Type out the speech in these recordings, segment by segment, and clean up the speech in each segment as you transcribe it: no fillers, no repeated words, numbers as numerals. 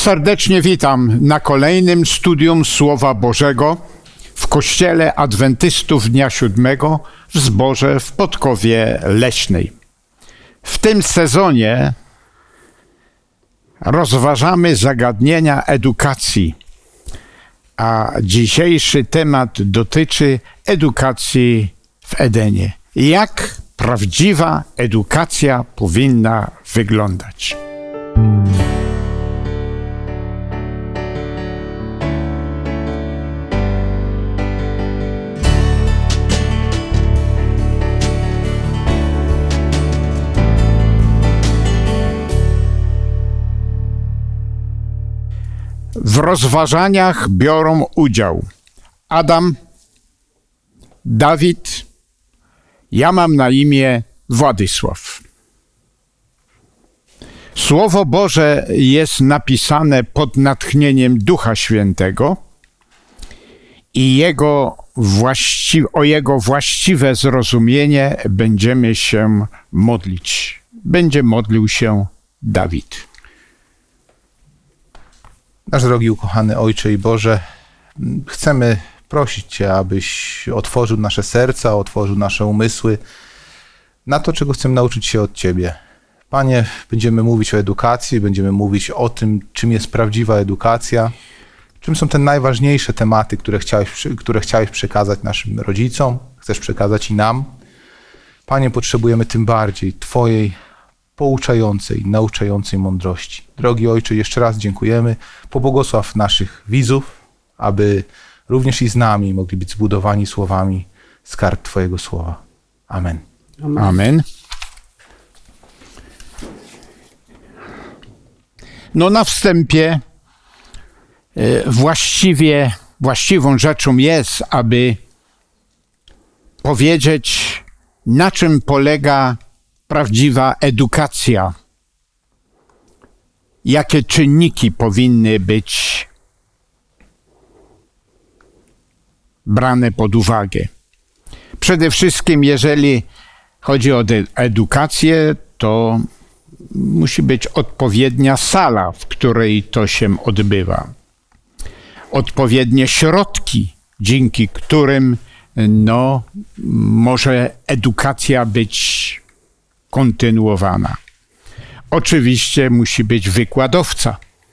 Serdecznie witam na kolejnym studium Słowa Bożego w Kościele Adwentystów Dnia Siódmego w Zborze w Podkowie Leśnej. W tym sezonie rozważamy zagadnienia edukacji, a dzisiejszy temat dotyczy edukacji w Edenie. Jak prawdziwa edukacja powinna wyglądać? W rozważaniach biorą udział Adam, Dawid, ja mam na imię Władysław. Słowo Boże jest napisane pod natchnieniem Ducha Świętego i o jego właściwe zrozumienie będziemy się modlić. Będzie modlił się Dawid. Nasz drogi, ukochany Ojcze i Boże, chcemy prosić Cię, abyś otworzył nasze serca, otworzył nasze umysły na to, czego chcemy nauczyć się od Ciebie. Panie, będziemy mówić o edukacji, będziemy mówić o tym, czym jest prawdziwa edukacja, czym są te najważniejsze tematy, które chciałeś przekazać naszym rodzicom, chcesz przekazać i nam. Panie, potrzebujemy tym bardziej Twojej pouczającej, nauczającej mądrości. Drogi Ojcze, jeszcze raz dziękujemy. Pobłogosław naszych widzów, aby również i z nami mogli być zbudowani słowami z kart Twojego Słowa. Amen. Amen. No na wstępie właściwą rzeczą jest, aby powiedzieć, na czym polega prawdziwa edukacja. Jakie czynniki powinny być brane pod uwagę? Przede wszystkim, jeżeli chodzi o edukację, to musi być odpowiednia sala, w której to się odbywa. Odpowiednie środki, dzięki którym może edukacja być kontynuowana. Oczywiście musi być wykładowca.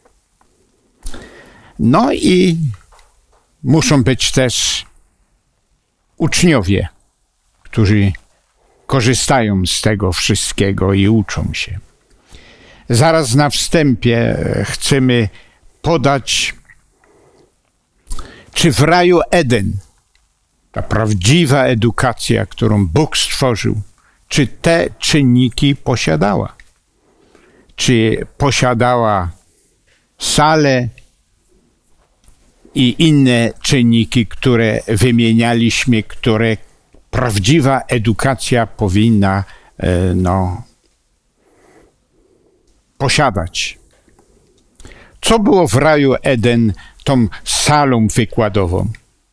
No i muszą być też uczniowie, którzy korzystają z tego wszystkiego i uczą się. Zaraz na wstępie chcemy podać, czy w raju Eden, ta prawdziwa edukacja, którą Bóg stworzył, czy te czynniki posiadała? Czy posiadała salę i inne czynniki, które wymienialiśmy, które prawdziwa edukacja powinna posiadać? Co było w raju Eden tą salą wykładową?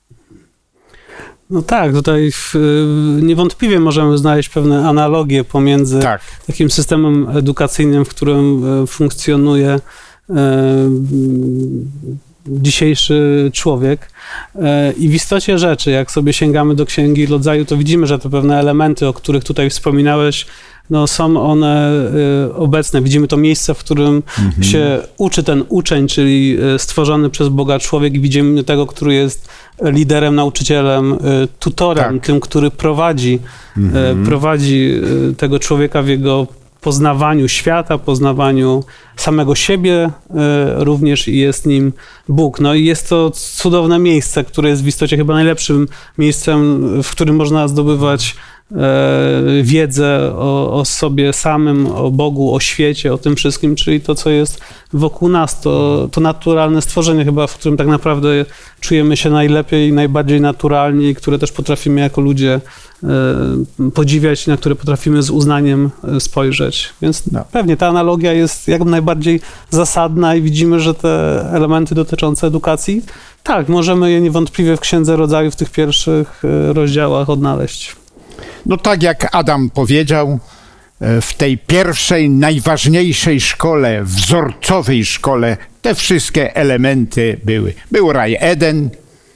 No tak, tutaj niewątpliwie możemy znaleźć pewne analogie pomiędzy takim systemem edukacyjnym, w którym funkcjonuje dzisiejszy człowiek. I w istocie rzeczy, jak sobie sięgamy do Księgi Rodzaju, to widzimy, że te pewne elementy, o których tutaj wspominałeś, są one obecne. Widzimy to miejsce, w którym się uczy ten uczeń, czyli stworzony przez Boga człowiek, i widzimy tego, który jest liderem, nauczycielem, tutorem, tym, który prowadzi tego człowieka w jego poznawaniu świata, poznawaniu samego siebie również, i jest nim Bóg. No i jest to cudowne miejsce, które jest w istocie chyba najlepszym miejscem, w którym można zdobywać wiedzę o sobie samym, o Bogu, o świecie, o tym wszystkim, czyli to, co jest wokół nas, to naturalne stworzenie chyba, w którym tak naprawdę czujemy się najlepiej, najbardziej naturalnie, i które też potrafimy jako ludzie podziwiać, na które potrafimy z uznaniem spojrzeć. Więc pewnie ta analogia jest jak najbardziej zasadna i widzimy, że te elementy dotyczące edukacji, tak, możemy je niewątpliwie w Księdze Rodzaju w tych pierwszych rozdziałach odnaleźć. No tak jak Adam powiedział, w tej pierwszej, najważniejszej szkole, wzorcowej szkole te wszystkie elementy były. Był raj Eden,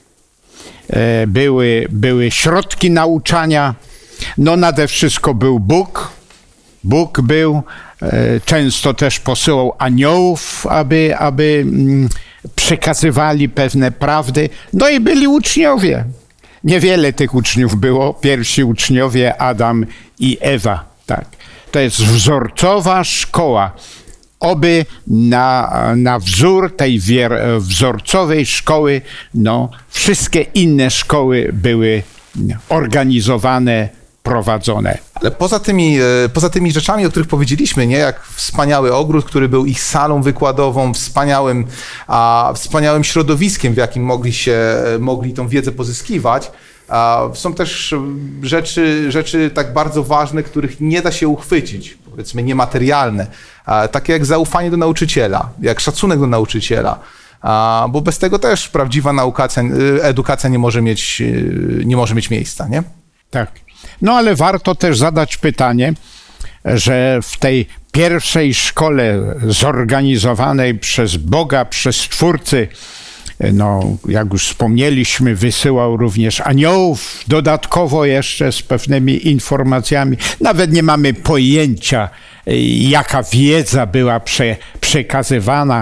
były środki nauczania, no nade wszystko był Bóg. Bóg był, często też posyłał aniołów, aby przekazywali pewne prawdy. No i byli uczniowie. Niewiele tych uczniów było. Pierwsi uczniowie Adam i Ewa. Tak. To jest wzorcowa szkoła. Oby na wzór tej wzorcowej szkoły, no, wszystkie inne szkoły były organizowane, prowadzone. Ale poza tymi rzeczami, o których powiedzieliśmy, nie, jak wspaniały ogród, który był ich salą wykładową, wspaniałym środowiskiem, w jakim mogli tą wiedzę pozyskiwać, są też rzeczy tak bardzo ważne, których nie da się uchwycić, powiedzmy niematerialne, takie jak zaufanie do nauczyciela, jak szacunek do nauczyciela, bo bez tego też prawdziwa edukacja nie może mieć miejsca, nie? Tak. No ale warto też zadać pytanie, że w tej pierwszej szkole zorganizowanej przez Boga, przez Stwórcy, no jak już wspomnieliśmy, wysyłał również aniołów, dodatkowo jeszcze z pewnymi informacjami. Nawet nie mamy pojęcia, jaka wiedza była przekazywana,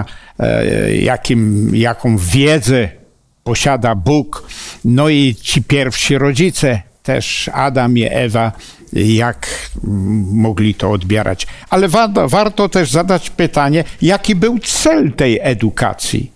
jaką wiedzę posiada Bóg. No i ci pierwsi rodzice, też Adam i Ewa, jak mogli to odbierać. Ale warto też zadać pytanie, jaki był cel tej edukacji?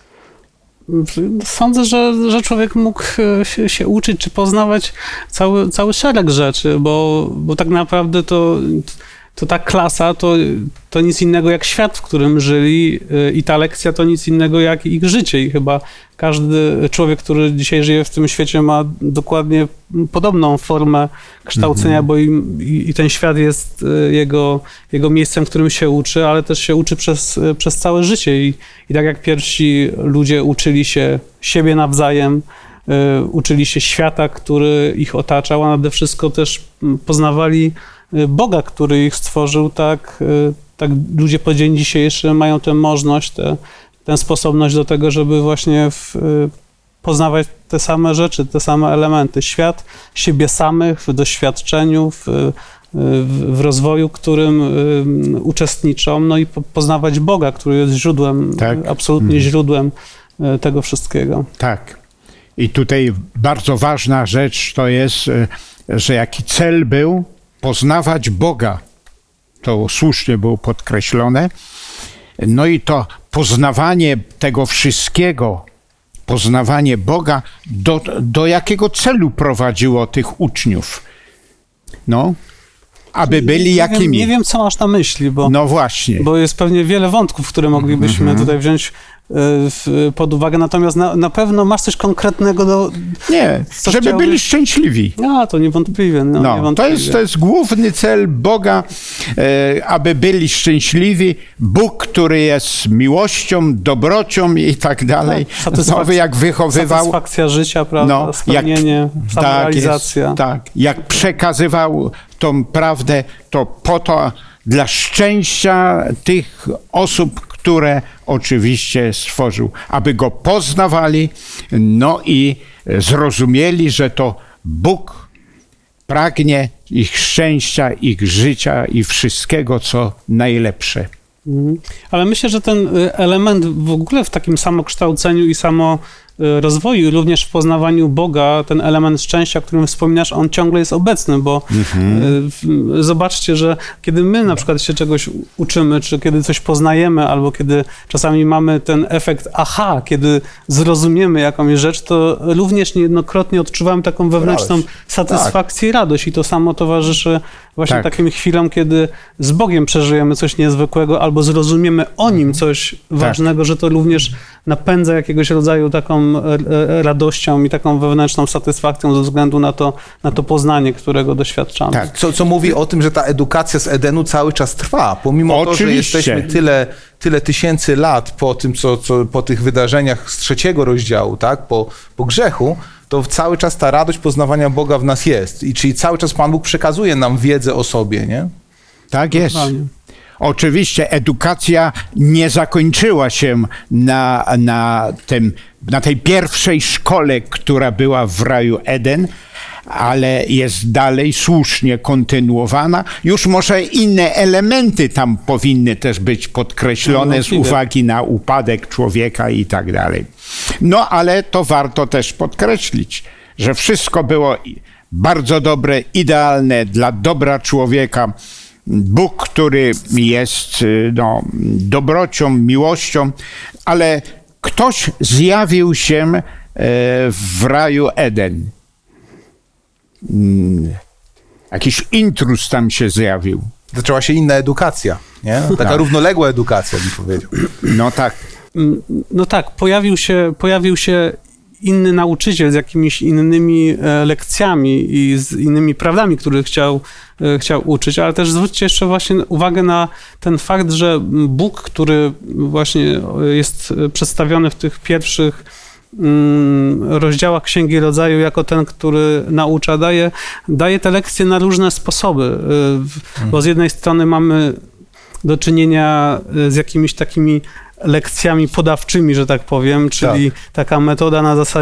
Sądzę, że człowiek mógł się uczyć czy poznawać cały szereg rzeczy, bo tak naprawdę to ta klasa to nic innego jak świat, w którym żyli, i ta lekcja to nic innego jak ich życie. I chyba każdy człowiek, który dzisiaj żyje w tym świecie, ma dokładnie podobną formę kształcenia, bo i ten świat jest jego miejscem, w którym się uczy, ale też się uczy przez całe życie. I tak jak pierwsi ludzie uczyli się siebie nawzajem, uczyli się świata, który ich otaczał, a nade wszystko też poznawali Boga, który ich stworzył, tak ludzie po dzień dzisiejszy mają tę możliwość, tę sposobność do tego, żeby właśnie poznawać te same rzeczy, te same elementy. Świat, siebie samych w doświadczeniu, w rozwoju, którym uczestniczą, no i poznawać Boga, który jest źródłem, absolutnie źródłem tego wszystkiego. Tak. I tutaj bardzo ważna rzecz to jest, że jaki cel był? Poznawać Boga. To słusznie było podkreślone. No i to poznawanie tego wszystkiego, poznawanie Boga, do jakiego celu prowadziło tych uczniów? No, aby byli jakimi? Nie wiem, co masz na myśli, bo, no właśnie. Bo jest pewnie wiele wątków, które moglibyśmy tutaj wziąć pod uwagę, natomiast na pewno masz coś konkretnego Nie, żeby byli szczęśliwi. To niewątpliwie. Niewątpliwie. To jest główny cel Boga, aby byli szczęśliwi. Bóg, który jest miłością, dobrocią i tak dalej. Jak wychowywał. Satysfakcja życia, prawda? Spełnienie, samorealizacja. Jak przekazywał tą prawdę, to po to dla szczęścia tych osób, które oczywiście stworzył, aby Go poznawali, no i zrozumieli, że to Bóg pragnie ich szczęścia, ich życia i wszystkiego, co najlepsze. Ale myślę, że ten element w ogóle w takim samokształceniu i rozwoju, również w poznawaniu Boga, ten element szczęścia, o którym wspominasz, on ciągle jest obecny, bo zobaczcie, że kiedy my na przykład się czegoś uczymy, czy kiedy coś poznajemy, albo kiedy czasami mamy ten efekt aha, kiedy zrozumiemy jakąś rzecz, to również niejednokrotnie odczuwamy taką wewnętrzną satysfakcję i radość. I to samo towarzyszy właśnie takim chwilom, kiedy z Bogiem przeżyjemy coś niezwykłego, albo zrozumiemy o Nim coś ważnego, że to również napędza jakiegoś rodzaju taką radością i taką wewnętrzną satysfakcją ze względu na to poznanie, którego doświadczamy. Tak, co mówi o tym, że ta edukacja z Edenu cały czas trwa. Pomimo to, że jesteśmy tyle tysięcy lat po tym, po tych wydarzeniach z 3 rozdziału, tak, po grzechu, to cały czas ta radość poznawania Boga w nas jest. Czyli cały czas Pan Bóg przekazuje nam wiedzę o sobie, nie? Tak jest. Oczywiście edukacja nie zakończyła się na tej pierwszej szkole, która była w raju Eden, ale jest dalej słusznie kontynuowana. Już może inne elementy tam powinny też być podkreślone z uwagi na upadek człowieka i tak dalej. No ale to warto też podkreślić, że wszystko było bardzo dobre, idealne dla dobra człowieka. Bóg, który jest dobrocią, miłością, ale ktoś zjawił się w raju Eden. Jakiś intruz tam się zjawił. Zaczęła się inna edukacja, nie? Taka równoległa edukacja, bym powiedział. No tak. No tak, pojawił się inny nauczyciel z jakimiś innymi lekcjami i z innymi prawdami, których chciał uczyć, ale też zwróćcie jeszcze właśnie uwagę na ten fakt, że Bóg, który właśnie jest przedstawiony w tych pierwszych rozdziałach Księgi Rodzaju jako ten, który naucza, daje te lekcje na różne sposoby, bo z jednej strony mamy do czynienia z jakimiś takimi lekcjami podawczymi, że tak powiem, czyli taka metoda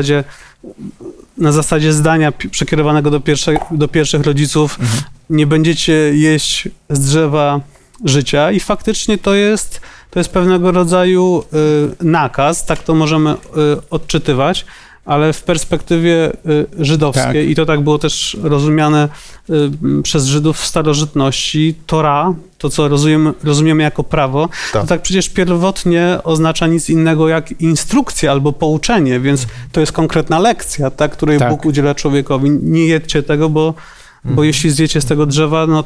na zasadzie zdania przekierowanego do pierwszych rodziców, nie będziecie jeść z drzewa życia i faktycznie to jest pewnego rodzaju nakaz, tak to możemy odczytywać, ale w perspektywie żydowskiej, i to tak było też rozumiane przez Żydów w starożytności, Tora, to co rozumiemy jako prawo, to tak przecież pierwotnie oznacza nic innego jak instrukcja albo pouczenie, więc to jest konkretna lekcja, której Bóg udziela człowiekowi. Nie jedzcie tego, bo jeśli zjecie z tego drzewa, no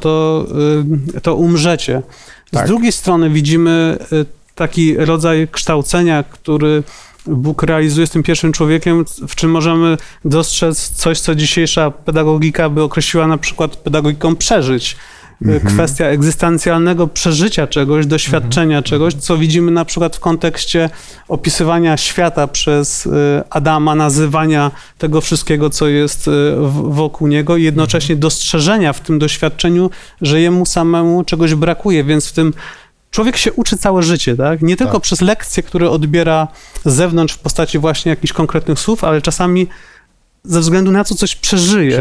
to umrzecie. Z drugiej strony widzimy taki rodzaj kształcenia, który Bóg realizuje z tym pierwszym człowiekiem, w czym możemy dostrzec coś, co dzisiejsza pedagogika by określiła na przykład pedagogiką przeżyć. Kwestia egzystencjalnego przeżycia czegoś, doświadczenia czegoś, co widzimy na przykład w kontekście opisywania świata przez Adama, nazywania tego wszystkiego, co jest wokół niego i jednocześnie dostrzeżenia w tym doświadczeniu, że jemu samemu czegoś brakuje, więc w tym człowiek się uczy całe życie, tak? Nie tylko przez lekcje, które odbiera z zewnątrz w postaci właśnie jakichś konkretnych słów, ale czasami ze względu na co coś przeżyje.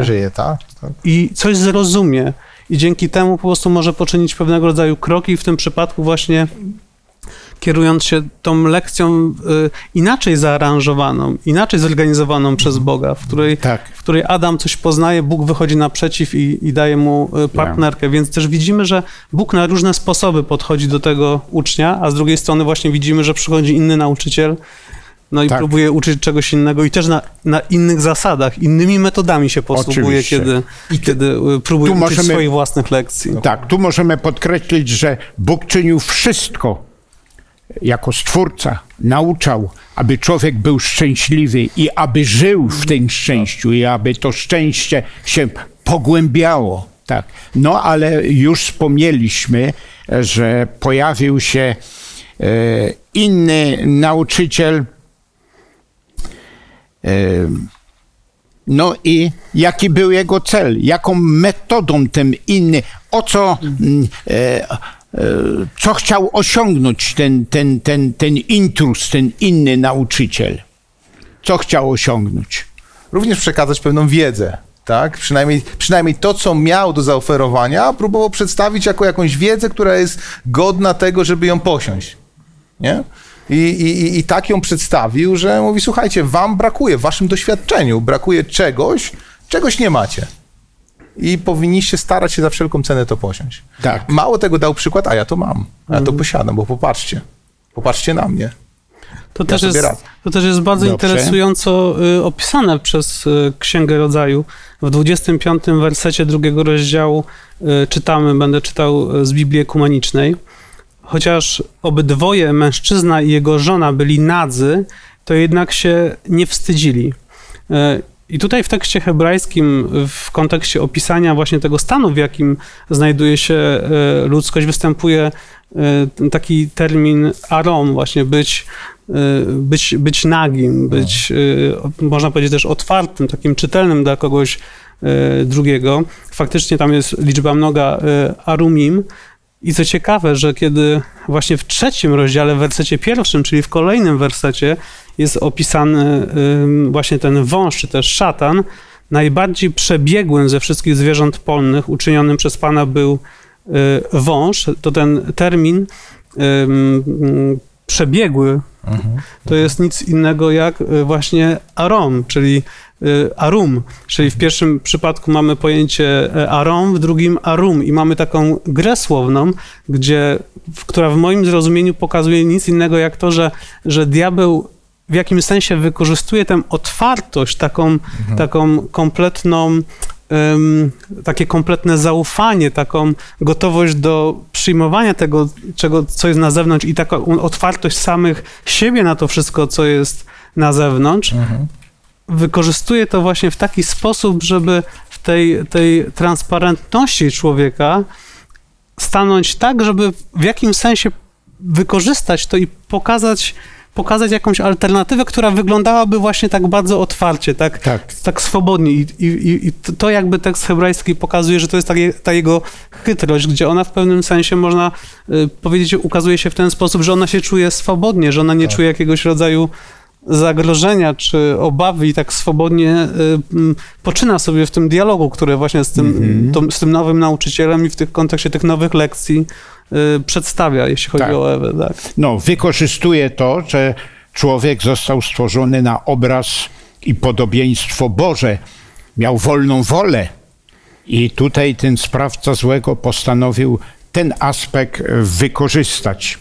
I coś zrozumie. I dzięki temu po prostu może poczynić pewnego rodzaju kroki i w tym przypadku właśnie kierując się tą lekcją inaczej zaaranżowaną, inaczej zorganizowaną przez Boga, w której Adam coś poznaje, Bóg wychodzi naprzeciw i daje mu partnerkę, więc też widzimy, że Bóg na różne sposoby podchodzi do tego ucznia, a z drugiej strony właśnie widzimy, że przychodzi inny nauczyciel, no i próbuje uczyć czegoś innego i też na innych zasadach, innymi metodami się posługuje, kiedy próbuje uczyć swoich własnych lekcji. Tak, tu możemy podkreślić, że Bóg czynił wszystko jako Stwórca, nauczał, aby człowiek był szczęśliwy i aby żył w tym szczęściu i aby to szczęście się pogłębiało. Tak. No ale już wspomnieliśmy, że pojawił się inny nauczyciel. No i jaki był jego cel? Jaką metodą ten inny? Co chciał osiągnąć ten intruz, ten inny nauczyciel? Co chciał osiągnąć? Również przekazać pewną wiedzę, tak? Przynajmniej to, co miał do zaoferowania, próbował przedstawić jako jakąś wiedzę, która jest godna tego, żeby ją posiąść, nie? I tak ją przedstawił, że mówi, słuchajcie, wam brakuje, w waszym doświadczeniu brakuje czegoś nie macie. I powinniście starać się za wszelką cenę to posiąść. Tak. Mało tego dał przykład, a ja to mam, a ja to posiadam, bo popatrzcie na mnie. To też jest bardzo interesująco opisane przez Księgę Rodzaju. W 25 wersecie 2 rozdziału będę czytał z Biblii Ekumenicznej. Chociaż obydwoje, mężczyzna i jego żona, byli nadzy, to jednak się nie wstydzili. I tutaj w tekście hebrajskim, w kontekście opisania właśnie tego stanu, w jakim znajduje się ludzkość, występuje taki termin arom, właśnie być nagim, być, można powiedzieć, też otwartym, takim czytelnym dla kogoś drugiego. Faktycznie tam jest liczba mnoga arumim. I co ciekawe, że kiedy właśnie w 3 rozdziale, w wersecie 1, czyli w kolejnym wersecie, jest opisany właśnie ten wąż, czy też szatan, najbardziej przebiegłym ze wszystkich zwierząt polnych uczynionym przez Pana był wąż, to ten termin przebiegły to jest nic innego jak właśnie arom, czyli arum, czyli w pierwszym przypadku mamy pojęcie arom, w drugim arum i mamy taką grę słowną, która w moim zrozumieniu pokazuje nic innego jak to, że diabeł w jakimś sensie wykorzystuje tę otwartość, taką kompletną, takie kompletne zaufanie, taką gotowość do przyjmowania tego, co jest na zewnątrz i taką otwartość samych siebie na to wszystko, co jest na zewnątrz. Wykorzystuje to właśnie w taki sposób, żeby w tej transparentności człowieka stanąć tak, żeby w jakimś sensie wykorzystać to i pokazać jakąś alternatywę, która wyglądałaby właśnie tak bardzo otwarcie, tak swobodnie. I to jakby tekst hebrajski pokazuje, że to jest ta jego chytrość, gdzie ona w pewnym sensie, można powiedzieć, ukazuje się w ten sposób, że ona się czuje swobodnie, że ona nie czuje jakiegoś rodzaju zagrożenia czy obawy i tak swobodnie poczyna sobie w tym dialogu, który właśnie z tym nowym nauczycielem i w kontekście tych nowych lekcji przedstawia, jeśli chodzi o Ewę. Tak. No, wykorzystuje to, że człowiek został stworzony na obraz i podobieństwo Boże. Miał wolną wolę i tutaj ten sprawca złego postanowił ten aspekt wykorzystać.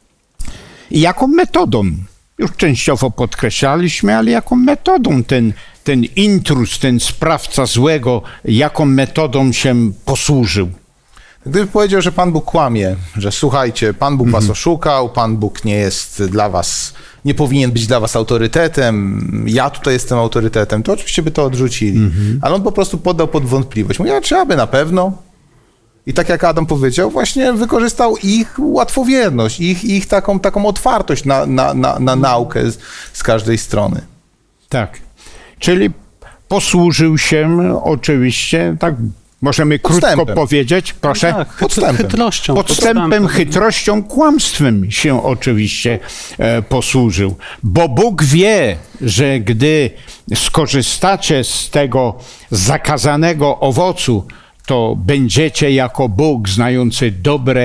I jaką metodą? Już częściowo podkreślaliśmy, ale jaką metodą ten intruz, ten sprawca złego, jaką metodą się posłużył? Gdyby powiedział, że Pan Bóg kłamie, że słuchajcie, Pan Bóg was oszukał, Pan Bóg nie jest dla was, nie powinien być dla was autorytetem, ja tutaj jestem autorytetem, to oczywiście by to odrzucili. Ale on po prostu poddał pod wątpliwość. Mówi, a czy aby na pewno? I tak jak Adam powiedział, właśnie wykorzystał ich łatwowierność, ich taką otwartość na naukę z każdej strony. Tak, czyli posłużył się oczywiście, tak możemy krótko powiedzieć, proszę? Tak, Podstępem, chytrością, kłamstwem się oczywiście posłużył. Bo Bóg wie, że gdy skorzystacie z tego zakazanego owocu, to będziecie jako Bóg znający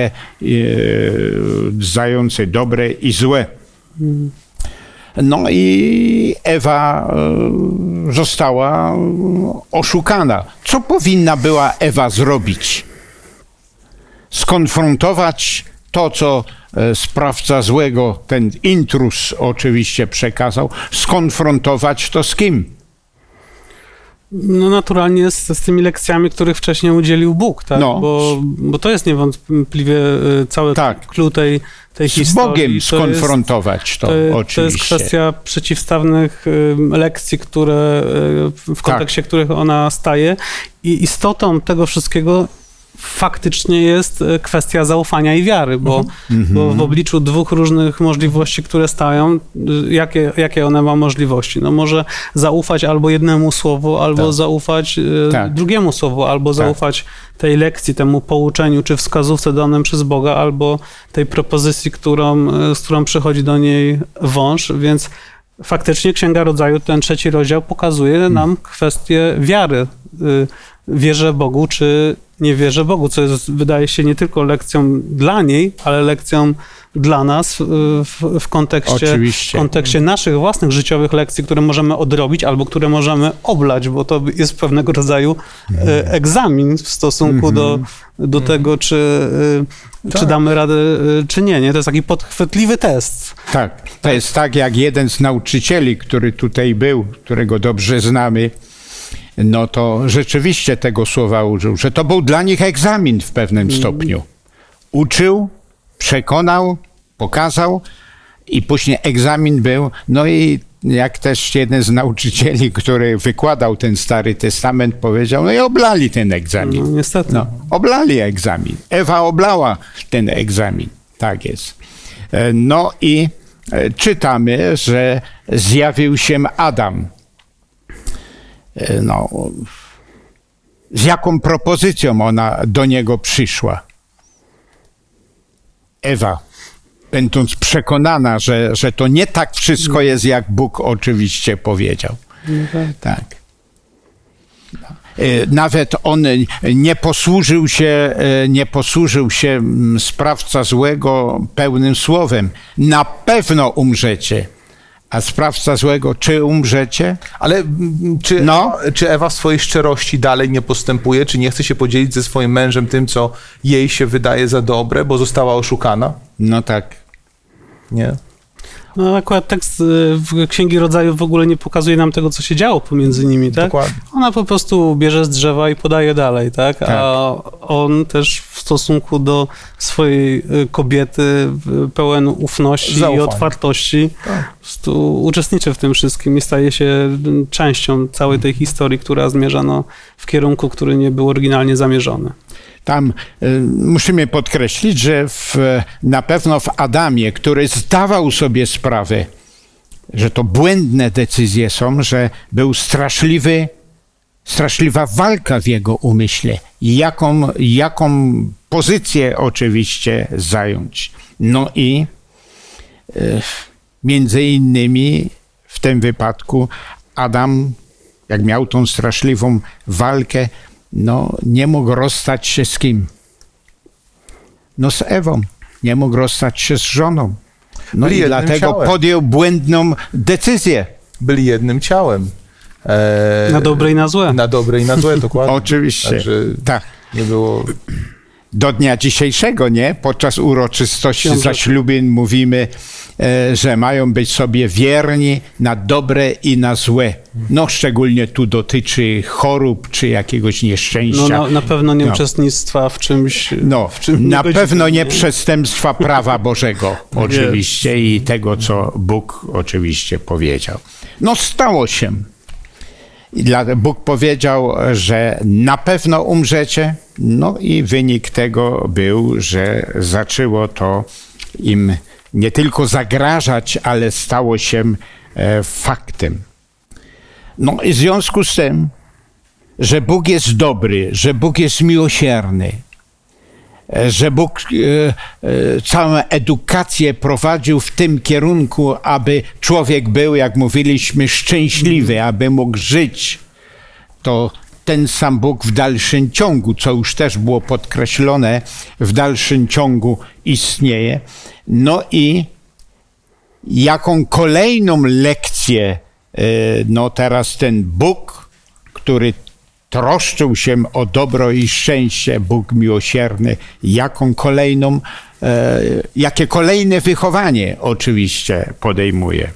dobre i złe. No i Ewa została oszukana. Co powinna była Ewa zrobić? Skonfrontować to, co sprawca złego, ten intruz oczywiście przekazał, skonfrontować to z kim? No naturalnie z tymi lekcjami, których wcześniej udzielił Bóg, tak? No. Bo to jest niewątpliwie cały klucz tej historii. Z Bogiem skonfrontować to oczywiście. To jest kwestia przeciwstawnych lekcji, które w kontekście których ona staje i istotą tego wszystkiego faktycznie jest kwestia zaufania i wiary, bo w obliczu dwóch różnych możliwości, które stają, jakie one ma możliwości? No może zaufać albo jednemu słowu, albo zaufać drugiemu słowu, albo zaufać tej lekcji, temu pouczeniu, czy wskazówce danym przez Boga, albo tej propozycji, z którą przychodzi do niej wąż, więc faktycznie Księga Rodzaju, ten 3 rozdział pokazuje nam kwestię wiary. Wierzę Bogu, czy nie wierzę Bogu, co jest, wydaje się, nie tylko lekcją dla niej, ale lekcją dla nas w kontekście naszych własnych życiowych lekcji, które możemy odrobić albo które możemy oblać, bo to jest pewnego rodzaju egzamin w stosunku do tego, czy damy radę, czy nie. To jest taki podchwytliwy test. Tak, to jest tak jak jeden z nauczycieli, który tutaj był, którego dobrze znamy, no to rzeczywiście tego słowa użył, że to był dla nich egzamin w pewnym stopniu. Uczył, przekonał, pokazał i później egzamin był. No i jak też jeden z nauczycieli, który wykładał ten Stary Testament, powiedział, no i oblali ten egzamin. No, niestety. No, oblali egzamin. Ewa oblała ten egzamin. Tak jest. No i czytamy, że zjawił się Adam. No, z jaką propozycją ona do niego przyszła? Ewa, będąc przekonana, że to nie tak wszystko jest, jak Bóg oczywiście powiedział. Tak. Nawet on nie posłużył się sprawca złego pełnym słowem. Na pewno umrzecie. A sprawca złego, czy umrzecie? Ale czy Ewa w swojej szczerości dalej nie postępuje? Czy nie chce się podzielić ze swoim mężem tym, co jej się wydaje za dobre, bo została oszukana? No tak. Nie? No akurat tekst w Księgi Rodzaju w ogóle nie pokazuje nam tego, co się działo pomiędzy nimi, tak? Dokładnie. Ona po prostu bierze z drzewa i podaje dalej, tak? A on też w stosunku do swojej kobiety pełen ufności Zaufania. i otwartości po prostu uczestniczy w tym wszystkim i staje się częścią całej tej historii, która zmierza w kierunku, który nie był oryginalnie zamierzony. Tam musimy podkreślić, że na pewno w Adamie, który zdawał sobie sprawę, że to błędne decyzje są, że był straszliwa walka w jego umyśle. Jaką pozycję oczywiście zająć. No i między innymi w tym wypadku Adam, jak miał tą straszliwą walkę, nie mógł rozstać się z kim? Z Ewą. Nie mógł rozstać się z żoną. Byli I jednym dlatego ciałem. podjął błędną decyzję. Byli jednym ciałem. Na dobre i na złe. Na dobre i na złe, dokładnie. Oczywiście. Także Tak. nie było... Do dnia dzisiejszego, nie? Podczas uroczystości zaślubin mówimy, że mają być sobie wierni na dobre i na złe. Szczególnie tu dotyczy chorób czy jakiegoś nieszczęścia. Na pewno nie uczestnictwa w czymś... w czym na niegodziwym, pewno nie przestępstwa prawa Bożego, oczywiście, i tego, co Bóg oczywiście powiedział. Stało się. Bóg powiedział, że na pewno umrzecie, i wynik tego był, że zaczęło to im nie tylko zagrażać, ale stało się faktem. I w związku z tym, że Bóg jest dobry, że Bóg jest miłosierny, że Bóg całą edukację prowadził w tym kierunku, aby człowiek był, jak mówiliśmy, szczęśliwy, aby mógł żyć, to ten sam Bóg w dalszym ciągu, co już też było podkreślone, w dalszym ciągu istnieje. I jaką kolejną lekcję teraz ten Bóg, który troszczył się o dobro i szczęście, Bóg miłosierny, jakie kolejne wychowanie oczywiście podejmuje.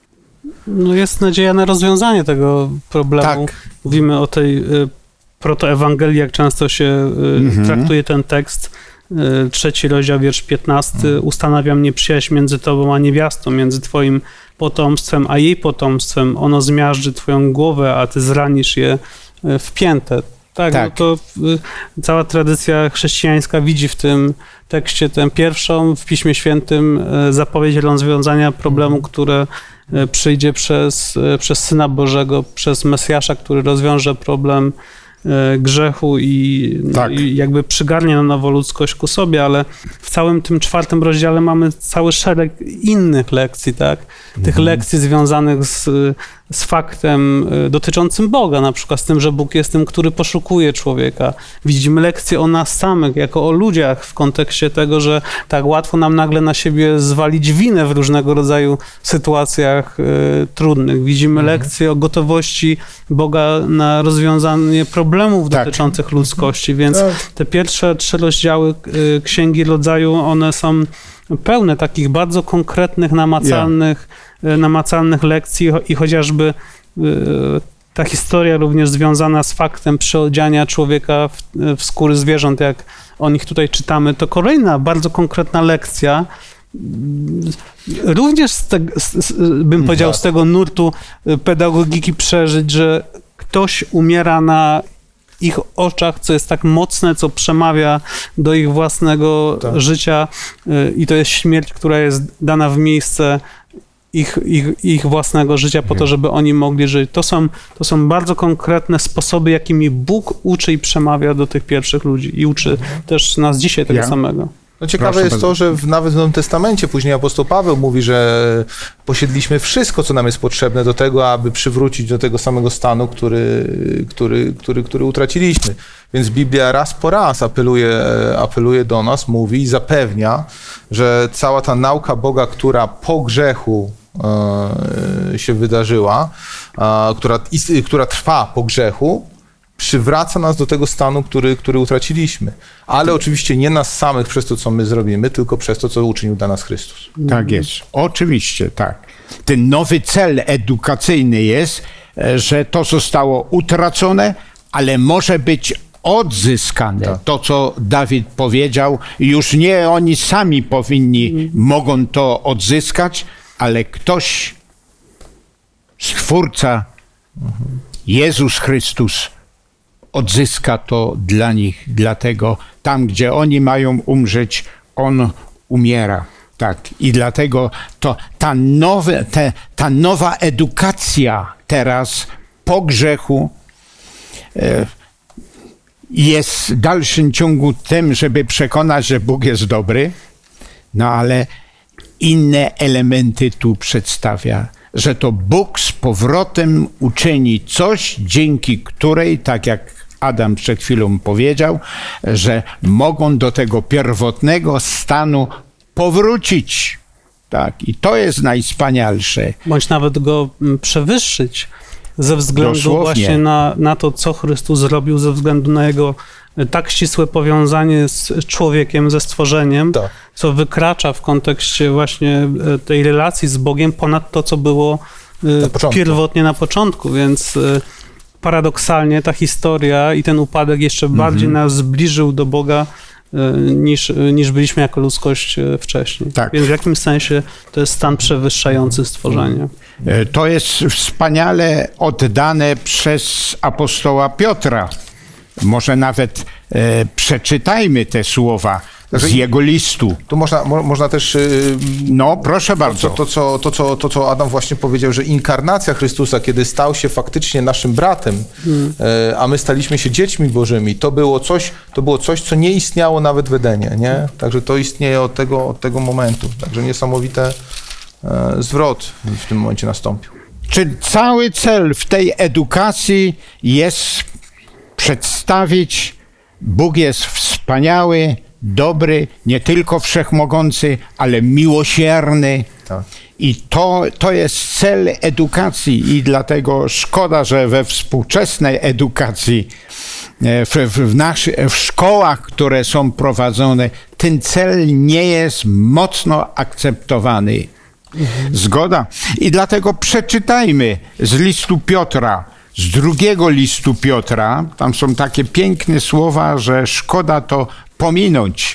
Jest nadzieja na rozwiązanie tego problemu. Tak. Mówimy o tej protoewangelii, jak często się traktuje ten tekst. 3 rozdział, wiersz 15. Ustanawiam nieprzyjaźń między tobą a niewiastą, między twoim potomstwem a jej potomstwem. Ono zmiażdży twoją głowę, a ty zranisz je w piętę. Tak. To cała tradycja chrześcijańska widzi w tym tekście tę pierwszą w Piśmie Świętym zapowiedź rozwiązania problemu, które przyjdzie przez Syna Bożego, przez Mesjasza, który rozwiąże problem grzechu i jakby przygarnie na nowo ludzkość ku sobie, ale w całym tym 4 rozdziale mamy cały szereg innych lekcji, tak? Tych lekcji związanych z faktem dotyczącym Boga, na przykład z tym, że Bóg jest tym, który poszukuje człowieka. Widzimy lekcje o nas samych, jako o ludziach w kontekście tego, że tak łatwo nam nagle na siebie zwalić winę w różnego rodzaju sytuacjach trudnych. Widzimy lekcje o gotowości Boga na rozwiązanie problemów dotyczących ludzkości, więc te pierwsze 3 rozdziały Księgi Rodzaju, one są pełne takich bardzo konkretnych, namacalnych lekcji i chociażby ta historia również związana z faktem przyodziania człowieka w skóry zwierząt, jak o nich tutaj czytamy, to kolejna bardzo konkretna lekcja, również bym powiedział z tego nurtu pedagogiki przeżyć, że ktoś umiera na ich oczach, co jest tak mocne, co przemawia do ich własnego życia i to jest śmierć, która jest dana w miejsce ich własnego życia po to, żeby oni mogli żyć. To są bardzo konkretne sposoby, jakimi Bóg uczy i przemawia do tych pierwszych ludzi i uczy też nas dzisiaj tego samego. No ciekawe Proszę jest bardzo. to, że nawet w Nowym Testamencie później apostoł Paweł mówi, że posiedliśmy wszystko, co nam jest potrzebne do tego, aby przywrócić do tego samego stanu, który utraciliśmy. Więc Biblia raz po raz apeluje do nas, mówi i zapewnia, że cała ta nauka Boga, która po grzechu się wydarzyła, która trwa po grzechu, przywraca nas do tego stanu, który utraciliśmy. Ale oczywiście nie nas samych przez to, co my zrobimy, tylko przez to, co uczynił dla nas Chrystus. Tak jest. Oczywiście, tak. Ten nowy cel edukacyjny jest, że to zostało utracone, ale może być odzyskane. Tak. To, co Dawid powiedział, już nie oni sami mogą to odzyskać, ale ktoś, Stwórca, Jezus Chrystus, odzyska to dla nich. Dlatego tam, gdzie oni mają umrzeć, On umiera. Tak. I dlatego to ta nowa edukacja teraz po grzechu jest w dalszym ciągu tym, żeby przekonać, że Bóg jest dobry, no ale inne elementy tu przedstawia, że to Bóg z powrotem uczyni coś, dzięki której, tak jak Adam przed chwilą powiedział, że mogą do tego pierwotnego stanu powrócić. Tak, i to jest najwspanialsze. Bądź nawet go przewyższyć ze względu Dosłownie. właśnie na to, co Chrystus zrobił, ze względu na jego tak ścisłe powiązanie z człowiekiem, ze stworzeniem, Tak. co wykracza w kontekście właśnie tej relacji z Bogiem ponad to, co było początku. pierwotnie na początku, więc paradoksalnie ta historia i ten upadek jeszcze bardziej nas zbliżył do Boga niż byliśmy jako ludzkość wcześniej. Tak. Więc w jakimś sensie to jest stan przewyższający stworzenie. To jest wspaniale oddane przez apostoła Piotra. Może nawet przeczytajmy te słowa z jego listu. Tu można też No, proszę bardzo. to, co Adam właśnie powiedział, że inkarnacja Chrystusa, kiedy stał się faktycznie naszym bratem, a my staliśmy się dziećmi Bożymi, to było coś, co nie istniało nawet w Edenie, nie? Także to istnieje od tego momentu. Także niesamowity zwrot w tym momencie nastąpił. Czy cały cel w tej edukacji jest przedstawić, Bóg jest wspaniały, dobry, nie tylko wszechmogący, ale miłosierny. Tak. I to jest cel edukacji i dlatego szkoda, że we współczesnej edukacji, w szkołach, które są prowadzone, ten cel nie jest mocno akceptowany. Zgoda? I dlatego przeczytajmy z listu Piotra, z drugiego listu Piotra. Tam są takie piękne słowa, że szkoda to pominąć.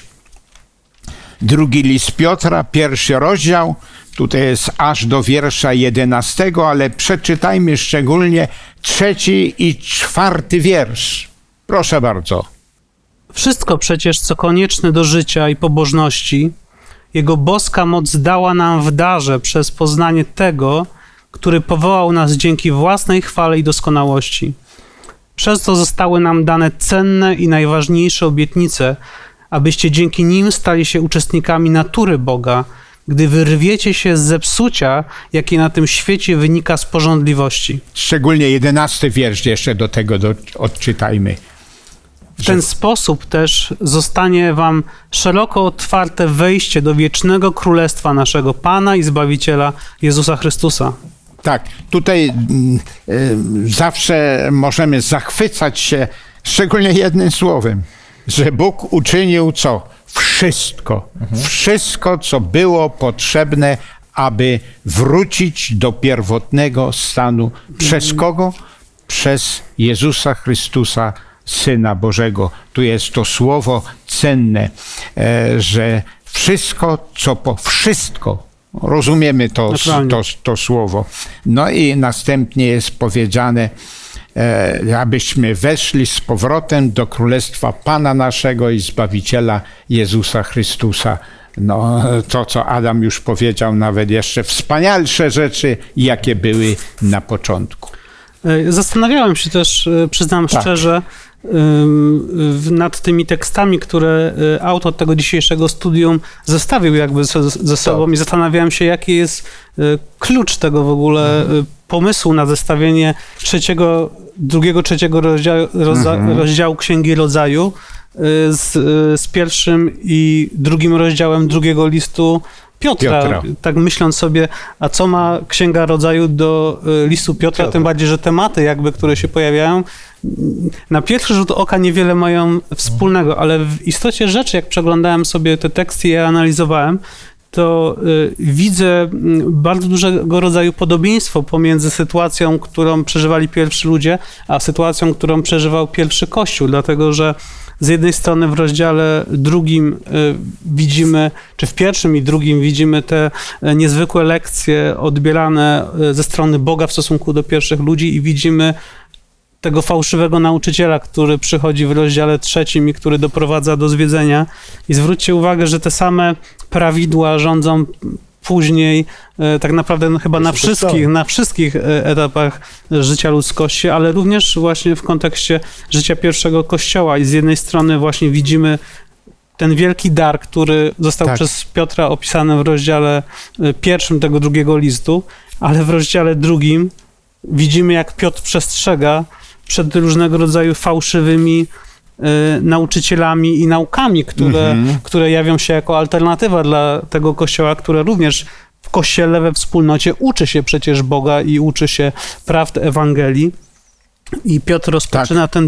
Drugi list Piotra, 1 rozdział, tutaj jest aż do wiersza 11, ale przeczytajmy szczególnie 3 i 4 wiersz. Proszę bardzo. Wszystko przecież, co konieczne do życia i pobożności, Jego boska moc dała nam w darze przez poznanie tego, który powołał nas dzięki własnej chwale i doskonałości. Przez to zostały nam dane cenne i najważniejsze obietnice, abyście dzięki nim stali się uczestnikami natury Boga, gdy wyrwiecie się z zepsucia, jakie na tym świecie wynika z pożądliwości. Szczególnie 11 wiersz jeszcze do tego odczytajmy. W ten sposób też zostanie wam szeroko otwarte wejście do wiecznego królestwa naszego Pana i Zbawiciela Jezusa Chrystusa. Tak, tutaj zawsze możemy zachwycać się szczególnie jednym słowem, że Bóg uczynił co? Wszystko. Wszystko, co było potrzebne, aby wrócić do pierwotnego stanu. Przez kogo? Przez Jezusa Chrystusa, Syna Bożego. Tu jest to słowo cenne, że wszystko, wszystko. Rozumiemy to słowo. No i następnie jest powiedziane, abyśmy weszli z powrotem do Królestwa Pana naszego i Zbawiciela Jezusa Chrystusa. No, to, co Adam już powiedział, nawet jeszcze wspanialsze rzeczy, jakie były na początku. Zastanawiałem się też, przyznam szczerze, nad tymi tekstami, które autor tego dzisiejszego studium zestawił jakby ze sobą i zastanawiałem się, jaki jest klucz tego w ogóle pomysłu na zestawienie drugiego, trzeciego rozdziału Księgi Rodzaju z pierwszym i drugim rozdziałem drugiego listu Piotra. Tak myśląc sobie, a co ma Księga Rodzaju do listu Piotra, tym bardziej, że tematy jakby, które się pojawiają, na pierwszy rzut oka niewiele mają wspólnego, ale w istocie rzeczy, jak przeglądałem sobie te teksty i je analizowałem, to widzę bardzo dużego rodzaju podobieństwo pomiędzy sytuacją, którą przeżywali pierwsi ludzie, a sytuacją, którą przeżywał pierwszy Kościół, dlatego że z jednej strony w rozdziale drugim widzimy, czy w pierwszym i drugim widzimy te niezwykłe lekcje odbierane ze strony Boga w stosunku do pierwszych ludzi i widzimy tego fałszywego nauczyciela, który przychodzi w rozdziale trzecim i który doprowadza do zwiedzenia. I zwróćcie uwagę, że te same prawidła rządzą później tak naprawdę chyba na wszystkich etapach życia ludzkości, ale również właśnie w kontekście życia pierwszego Kościoła. I z jednej strony właśnie widzimy ten wielki dar, który został przez Piotra opisany w rozdziale pierwszym tego drugiego listu, ale w rozdziale drugim widzimy, jak Piotr przestrzega przed różnego rodzaju fałszywymi nauczycielami i naukami, które jawią się jako alternatywa dla tego Kościoła, które również w Kościele, we wspólnocie uczy się przecież Boga i uczy się prawd Ewangelii. I Piotr rozpoczyna ten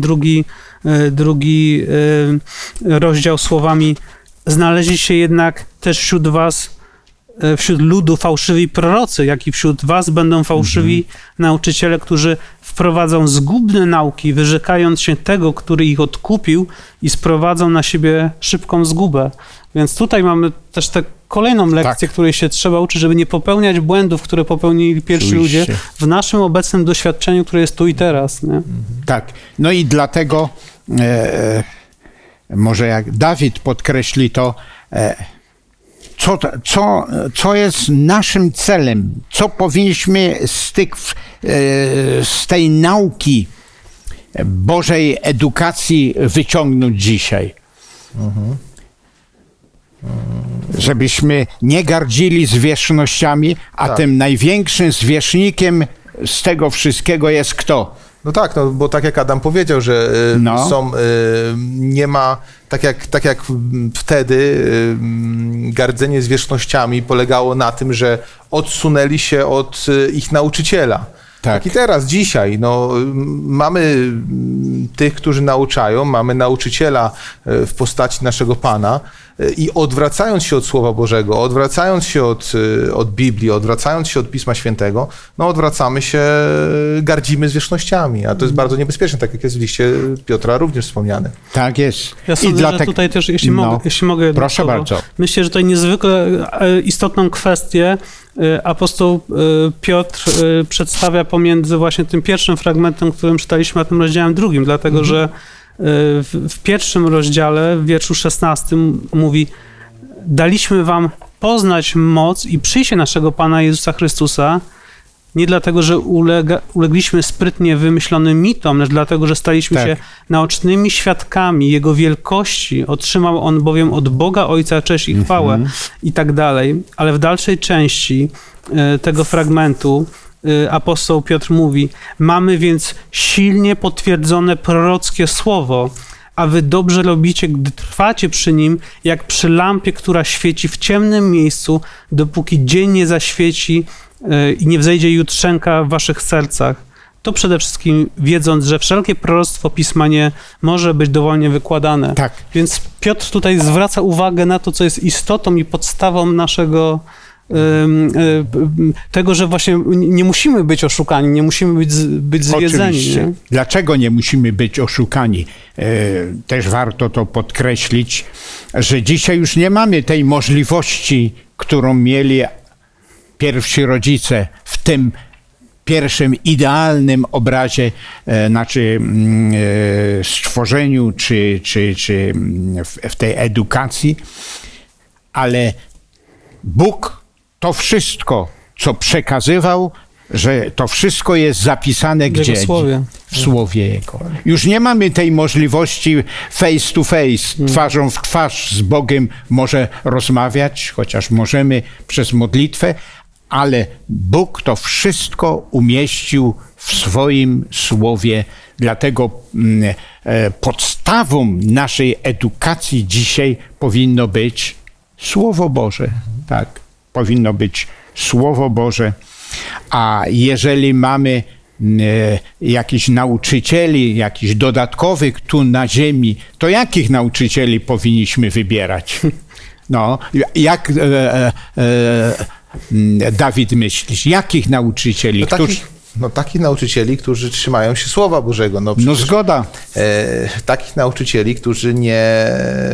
drugi rozdział słowami: znaleźli się jednak też wśród was, wśród ludu fałszywi prorocy, jak i wśród was będą fałszywi nauczyciele, którzy wprowadzą zgubne nauki, wyrzekając się tego, który ich odkupił i sprowadzą na siebie szybką zgubę. Więc tutaj mamy też tę kolejną lekcję, której się trzeba uczyć, żeby nie popełniać błędów, które popełnili pierwsi ludzie w naszym obecnym doświadczeniu, które jest tu i teraz. Nie? Tak. No i dlatego może jak Dawid podkreśli to, co jest naszym celem, co powinniśmy z tej nauki Bożej edukacji wyciągnąć dzisiaj. Żebyśmy nie gardzili zwierzchnościami, a tym największym zwierzchnikiem z tego wszystkiego jest kto? No tak, no bo tak jak Adam powiedział, że nie ma, tak jak wtedy gardzenie zwierzchnościami polegało na tym, że odsunęli się od ich nauczyciela. Tak i teraz, dzisiaj, mamy tych, którzy nauczają, mamy nauczyciela w postaci naszego Pana i odwracając się od Słowa Bożego, odwracając się od Biblii, odwracając się od Pisma Świętego, odwracamy się, gardzimy zwierzchnościami, a to jest bardzo niebezpieczne, tak jak jest w liście Piotra również wspomniane. Tak jest. Ja sądzę, że tutaj też, jeśli mogę... Proszę bardzo. Myślę, że tutaj niezwykle istotną kwestię apostoł Piotr przedstawia pomiędzy właśnie tym pierwszym fragmentem, którym czytaliśmy, a tym rozdziałem drugim, dlatego że w pierwszym rozdziale, w wierszu 16 mówi: daliśmy wam poznać moc i przyjście naszego Pana Jezusa Chrystusa, nie dlatego, że ulegliśmy sprytnie wymyślonym mitom, lecz dlatego, że staliśmy się naocznymi świadkami Jego wielkości. Otrzymał On bowiem od Boga Ojca cześć i chwałę i tak dalej. Ale w dalszej części tego fragmentu apostoł Piotr mówi: mamy więc silnie potwierdzone prorockie słowo, a wy dobrze robicie, gdy trwacie przy nim, jak przy lampie, która świeci w ciemnym miejscu, dopóki dzień nie zaświeci i nie wzejdzie jutrzenka w waszych sercach. To przede wszystkim wiedząc, że wszelkie proroctwo Pisma nie może być dowolnie wykładane. Tak. Więc Piotr tutaj zwraca uwagę na to, co jest istotą i podstawą naszego tego, że właśnie nie musimy być oszukani, nie musimy być zwiedzeni. Oczywiście. Nie? Dlaczego nie musimy być oszukani? Też warto to podkreślić, że dzisiaj już nie mamy tej możliwości, którą mieli pierwsi rodzice w tym pierwszym idealnym obrazie, stworzeniu, czy w tej edukacji, ale Bóg to wszystko, co przekazywał, że to wszystko jest zapisane W gdzie? Jego słowie. W Słowie Jego. Już nie mamy tej możliwości face to face, twarzą w twarz z Bogiem może rozmawiać, chociaż możemy przez modlitwę, ale Bóg to wszystko umieścił w swoim Słowie. Dlatego podstawą naszej edukacji dzisiaj powinno być Słowo Boże. Tak, powinno być Słowo Boże. A jeżeli mamy jakichś nauczycieli, jakichś dodatkowych tu na ziemi, to jakich nauczycieli powinniśmy wybierać? No, jak Dawid myślisz, jakich nauczycieli? Takich nauczycieli, którzy trzymają się Słowa Bożego. No, No zgoda. Takich nauczycieli, którzy nie...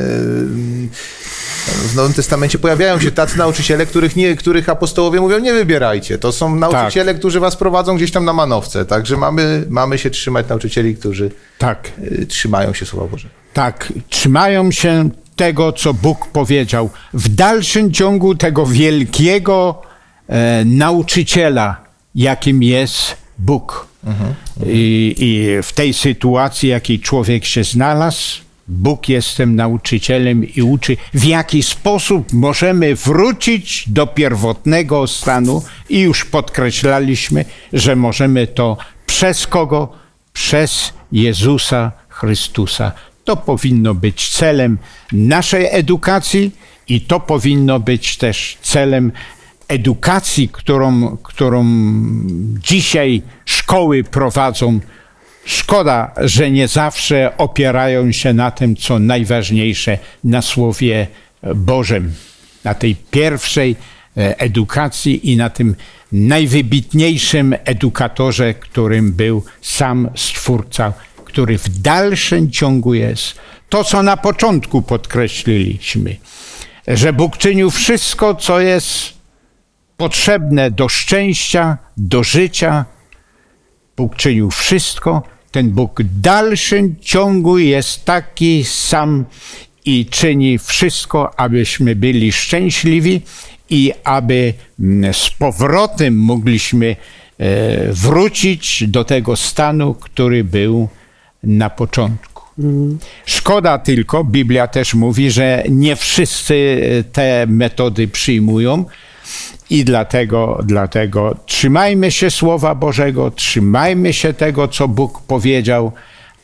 W Nowym Testamencie pojawiają się tacy nauczyciele, których apostołowie mówią, nie wybierajcie. To są nauczyciele, którzy was prowadzą gdzieś tam na manowce. Także mamy się trzymać nauczycieli, którzy trzymają się Słowa Bożego. Tak, trzymają się tego, co Bóg powiedział. W dalszym ciągu tego wielkiego nauczyciela, jakim jest Bóg. I w tej sytuacji, jakiej człowiek się znalazł, Bóg jest tym nauczycielem i uczy, w jaki sposób możemy wrócić do pierwotnego stanu i już podkreślaliśmy, że możemy to przez kogo? Przez Jezusa Chrystusa. To powinno być celem naszej edukacji i to powinno być też celem edukacji, którą dzisiaj szkoły prowadzą. Szkoda, że nie zawsze opierają się na tym, co najważniejsze, na Słowie Bożym, na tej pierwszej edukacji i na tym najwybitniejszym edukatorze, którym był sam Stwórca, który w dalszym ciągu jest. To, co na początku podkreśliliśmy, że Bóg czynił wszystko, co jest potrzebne do szczęścia, do życia. Bóg czynił wszystko. Ten Bóg w dalszym ciągu jest taki sam i czyni wszystko, abyśmy byli szczęśliwi i aby z powrotem mogliśmy wrócić do tego stanu, który był na początku. Szkoda tylko, Biblia też mówi, że nie wszyscy te metody przyjmują i dlatego trzymajmy się Słowa Bożego, trzymajmy się tego, co Bóg powiedział,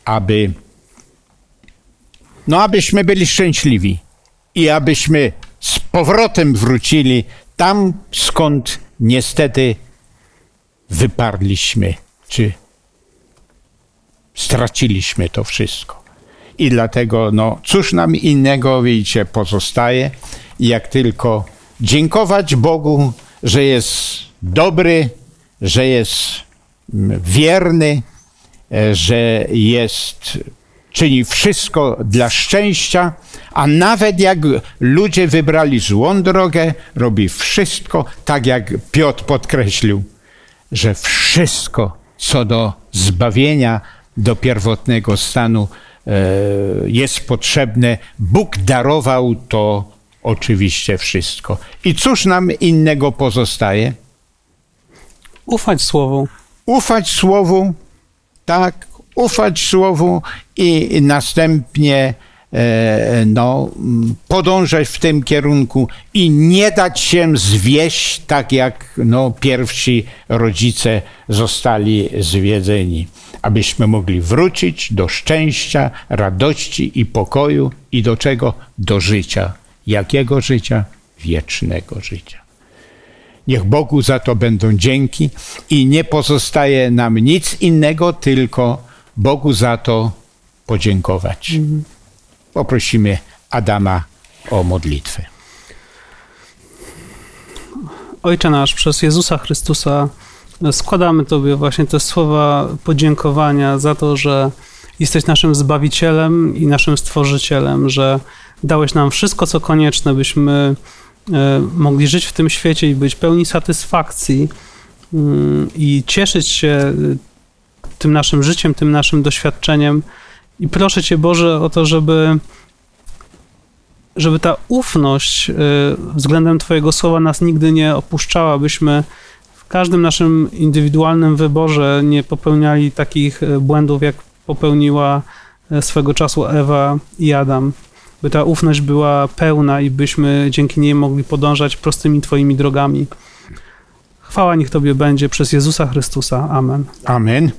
abyśmy byli szczęśliwi i abyśmy z powrotem wrócili tam, skąd niestety wyparliśmy, czy straciliśmy to wszystko. I dlatego, cóż nam innego, widzicie, pozostaje, jak tylko dziękować Bogu, że jest dobry, że jest wierny, że czyni wszystko dla szczęścia, a nawet jak ludzie wybrali złą drogę, robi wszystko, tak jak Piotr podkreślił, że wszystko, co do zbawienia, do pierwotnego stanu jest potrzebne. Bóg darował to oczywiście wszystko. I cóż nam innego pozostaje? Ufać Słowu. Ufać Słowu, tak, ufać Słowu i następnie podążać w tym kierunku i nie dać się zwieść, tak jak pierwsi rodzice zostali zwiedzeni, abyśmy mogli wrócić do szczęścia, radości i pokoju i do czego? Do życia. Jakiego życia? Wiecznego życia. Niech Bogu za to będą dzięki i nie pozostaje nam nic innego, tylko Bogu za to podziękować. Poprosimy Adama o modlitwę. Ojcze nasz, przez Jezusa Chrystusa składamy Tobie właśnie te słowa podziękowania za to, że jesteś naszym Zbawicielem i naszym Stworzycielem, że dałeś nam wszystko, co konieczne, byśmy mogli żyć w tym świecie i być pełni satysfakcji i cieszyć się tym naszym życiem, tym naszym doświadczeniem. I proszę Cię, Boże, o to, żeby ta ufność względem Twojego słowa nas nigdy nie opuszczała, byśmy w każdym naszym indywidualnym wyborze nie popełniali takich błędów, jak popełniła swego czasu Ewa i Adam. By ta ufność była pełna i byśmy dzięki niej mogli podążać prostymi Twoimi drogami. Chwała niech Tobie będzie przez Jezusa Chrystusa. Amen. Amen.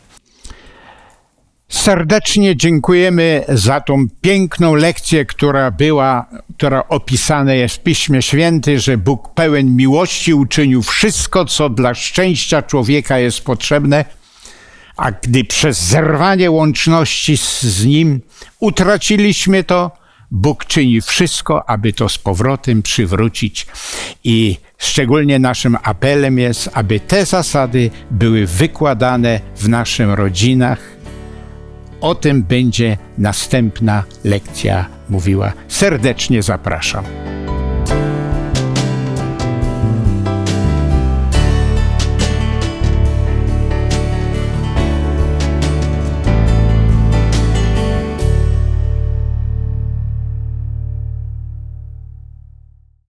Serdecznie dziękujemy za tą piękną lekcję, która opisana jest w Piśmie Świętym, że Bóg pełen miłości uczynił wszystko, co dla szczęścia człowieka jest potrzebne, a gdy przez zerwanie łączności z Nim utraciliśmy to, Bóg czyni wszystko, aby to z powrotem przywrócić. I szczególnie naszym apelem jest, aby te zasady były wykładane w naszych rodzinach. O tym będzie następna lekcja mówiła. Serdecznie zapraszam.